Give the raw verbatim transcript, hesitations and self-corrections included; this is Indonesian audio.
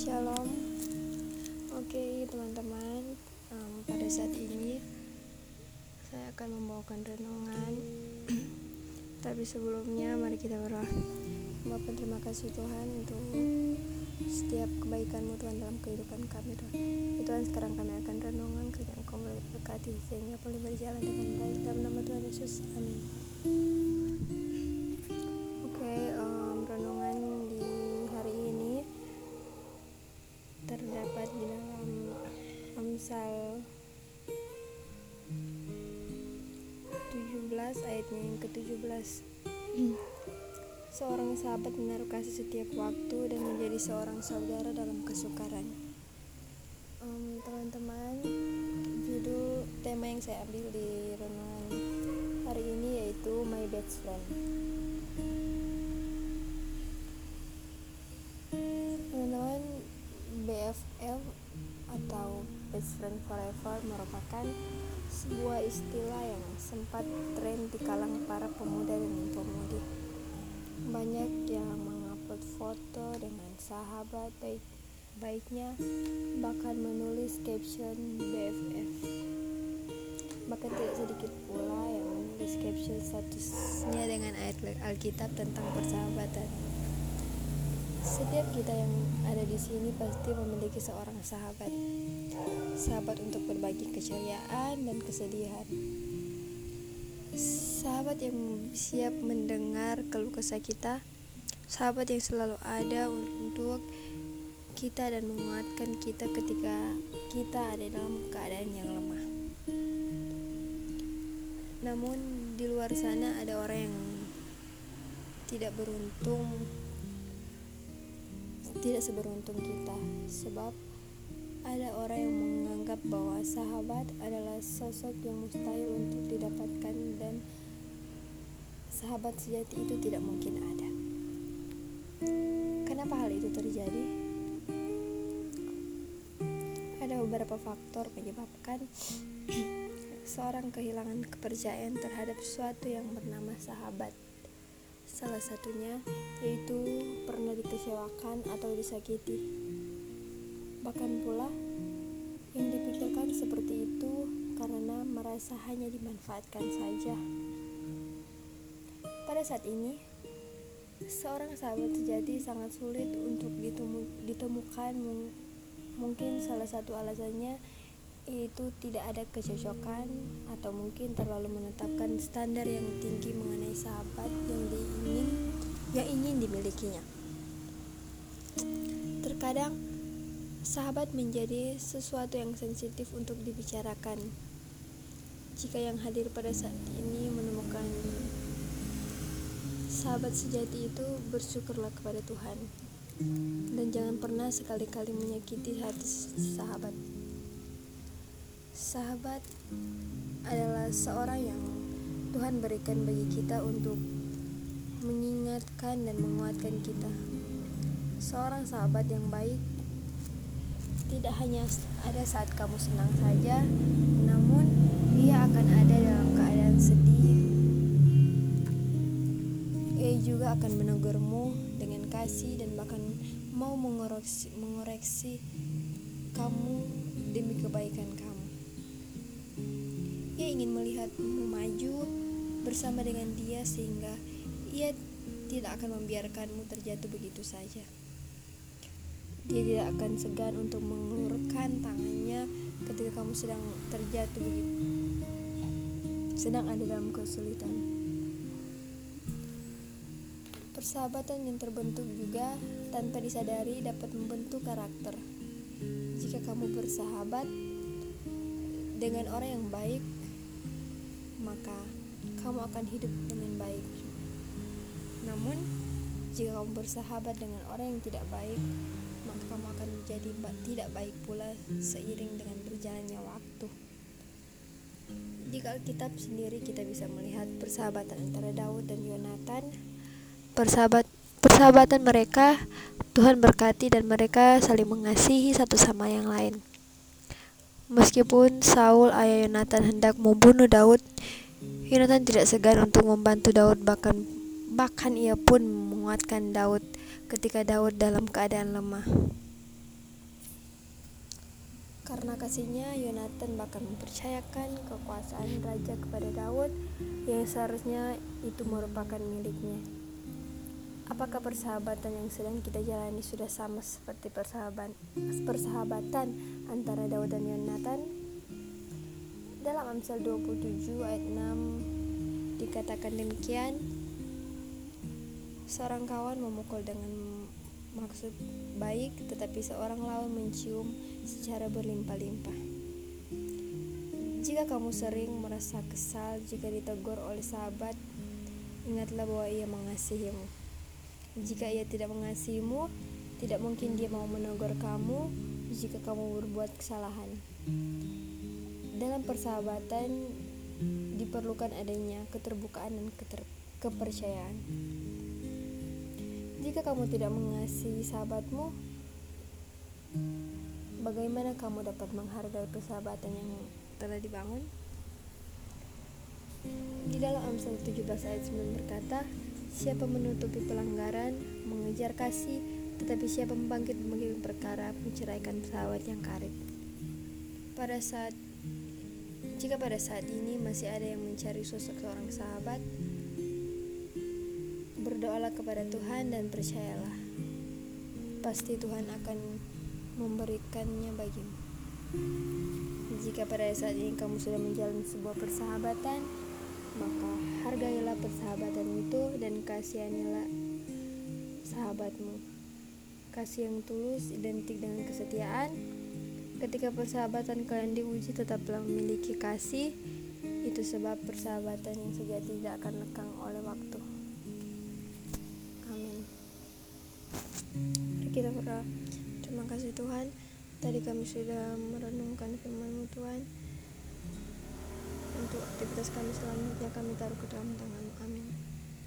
Shalom. Oke teman-teman, um, pada saat ini saya akan membawakan renungan. Tapi sebelumnya mari kita berdoa. Bapa, terima kasih Tuhan untuk setiap kebaikan-Mu Tuhan dalam kehidupan kami Tuhan. Ya Tuhan, sekarang kami akan renungan, kiranya Engkau boleh berkati sehingga boleh berjalan dengan baik dalam nama Tuhan Yesus. Amin. Oke, um, renungan di hari ini terdapat di dalam Amsal tujuh belas ayatnya yang ke tujuh belas. Seorang sahabat menaruh kasih setiap waktu dan menjadi seorang saudara dalam kesukaran. um, Teman-teman, judul tema yang saya ambil di renungan hari ini yaitu My Best Friend. Teman-teman, B F F atau Best Friend Forever merupakan sebuah istilah yang sempat tren di kalangan para pemuda dan pemudi. Banyak yang mengupload foto dengan sahabat baik baiknya, bahkan menulis caption B F F. Bahkan tidak sedikit pula yang menulis caption statusnya dengan ayat Alkitab tentang persahabatan. Setiap kita yang ada di sini pasti memiliki seorang sahabat. Sahabat untuk berbagi keceriaan dan kesedihan. Sahabat yang siap mendengar keluh kesah kita. Sahabat yang selalu ada untuk kita dan menguatkan kita ketika kita ada dalam keadaan yang lemah. Namun di luar sana ada orang yang tidak beruntung, tidak seberuntung kita, sebab ada orang yang menganggap bahwa sahabat adalah sosok yang mustahil untuk didapatkan dan sahabat sejati itu tidak mungkin ada. Kenapa hal itu terjadi? Ada beberapa faktor menyebabkan seorang kehilangan kepercayaan terhadap sesuatu yang bernama sahabat. Salah satunya yaitu pernah dikecewakan atau disakiti. Bahkan pula yang dipikirkan seperti itu karena merasa hanya dimanfaatkan saja. Pada saat ini, seorang sahabat sejati sangat sulit untuk ditemu, ditemukan. Mungkin salah satu alasannya yaitu tidak ada kecocokan atau mungkin terlalu menetapkan standar yang tinggi mengenai sahabat yang diingin yang ingin dimilikinya. Terkadang sahabat menjadi sesuatu yang sensitif untuk dibicarakan. Jika yang hadir pada saat ini menemukan sahabat sejati itu, bersyukurlah kepada Tuhan. Dan jangan pernah sekali-kali menyakiti hati sahabat. Sahabat adalah seorang yang Tuhan berikan bagi kita untuk mengingatkan dan menguatkan kita. Seorang sahabat yang baik tidak hanya ada saat kamu senang saja, namun ia akan ada dalam keadaan sedih. Ia juga akan menegurmu dengan kasih dan bahkan mau mengoreksi, mengoreksi kamu demi kebaikan kamu. Ia ingin melihatmu maju bersama dengan dia sehingga ia tidak akan membiarkanmu terjatuh begitu saja. Dia tidak akan segan untuk mengulurkan tangannya ketika kamu sedang terjatuh begitu, sedang ada dalam kesulitan. Persahabatan yang terbentuk juga tanpa disadari dapat membentuk karakter. Jika kamu bersahabat dengan orang yang baik, maka kamu akan hidup dengan baik. Namun, jika kamu bersahabat dengan orang yang tidak baik, maka kamu akan menjadi tidak baik pula seiring dengan berjalannya waktu. Di Alkitab sendiri kita bisa melihat persahabatan antara Daud dan Yonatan. Persahabat persahabatan mereka Tuhan berkati dan mereka saling mengasihi satu sama yang lain. Meskipun Saul ayah Yonatan hendak membunuh Daud, Yonatan tidak segan untuk membantu Daud, bahkan bahkan ia pun menguatkan Daud ketika Daud dalam keadaan lemah. Karena kasihnya, Yonatan bahkan mempercayakan kekuasaan raja kepada Daud yang seharusnya itu merupakan miliknya. Apakah persahabatan yang sedang kita jalani sudah sama seperti persahabatan, persahabatan antara Daud dan Yonatan? Dalam Amsal dua puluh tujuh ayat enam dikatakan demikian, seorang kawan memukul dengan maksud baik, tetapi seorang lawan mencium secara berlimpah-limpah. Jika kamu sering merasa kesal jika ditegur oleh sahabat, ingatlah bahwa ia mengasihimu. Jika ia tidak mengasihimu, tidak mungkin dia mau menegur kamu jika kamu berbuat kesalahan. Dalam persahabatan diperlukan adanya keterbukaan dan keter- kepercayaan. Jika kamu tidak mengasihi sahabatmu, bagaimana kamu dapat menghargai persahabatan yang telah dibangun? Di dalam Amsal tujuh belas ayat sembilan berkata, siapa menutupi pelanggaran, mengejar kasih, tetapi siapa membangkit membangkit perkara, menceraikan sahabat yang karib. Pada saat jika pada saat ini masih ada yang mencari sosok seorang sahabat, berdoalah kepada Tuhan dan percayalah, pasti Tuhan akan memberikannya bagimu. Jika pada saat ini kamu sudah menjalin sebuah persahabatan, maka hargailah persahabatan itu dan kasihanilah sahabatmu. Kasih yang tulus identik dengan kesetiaan. Ketika persahabatan kalian diuji, tetaplah memiliki kasih. Itu sebab persahabatan yang sejati tidak akan lekang oleh waktu. Amin. Mari kita berdoa. Terima kasih Tuhan, tadi kami sudah merenungkan firman-Mu Tuhan. Untuk aktivitas kami selanjutnya kami taruh ke dalam tangan-Mu. Amin.